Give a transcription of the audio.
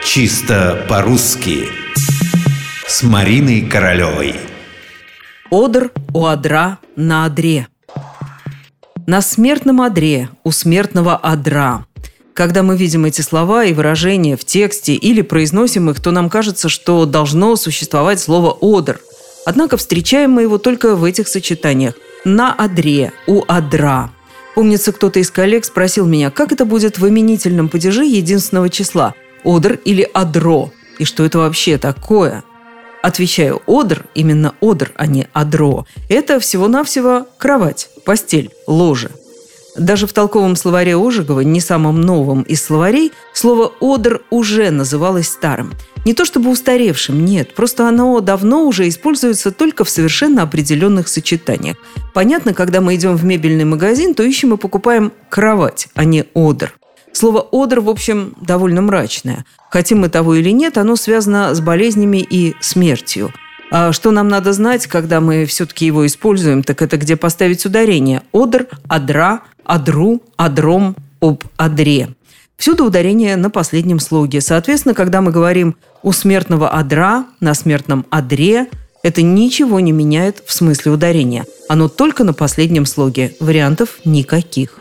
Чисто по-русски с Мариной Королевой. Одр у одра на одре. На смертном одре у смертного одра. Когда мы видим эти слова и выражения в тексте или произносим их, то нам кажется, что должно существовать слово «одр». Однако встречаем мы его только в этих сочетаниях. На одре, у одра. Помнится, кто-то из коллег спросил меня, как это будет в именительном падеже единственного числа – одр или одро, и что это вообще такое? Отвечаю, одр, именно одр, а не одро, это всего-навсего кровать, постель, ложе. Даже в толковом словаре Ожегова, не самом новом из словарей, слово «одр» уже называлось старым. Не то чтобы устаревшим, нет, просто оно давно уже используется только в совершенно определенных сочетаниях. Понятно, когда мы идем в мебельный магазин, то ищем и покупаем кровать, а не одр. Слово «одр», в общем, довольно мрачное. Хотим мы того или нет, оно связано с болезнями и смертью. А что нам надо знать, когда мы все-таки его используем, так это где поставить ударение. Одр, одра, одру, одром, об одре. Всюду ударение на последнем слоге. Соответственно, когда мы говорим «у смертного одра», «на смертном одре», это ничего не меняет в смысле ударения. Оно только на последнем слоге. Вариантов никаких.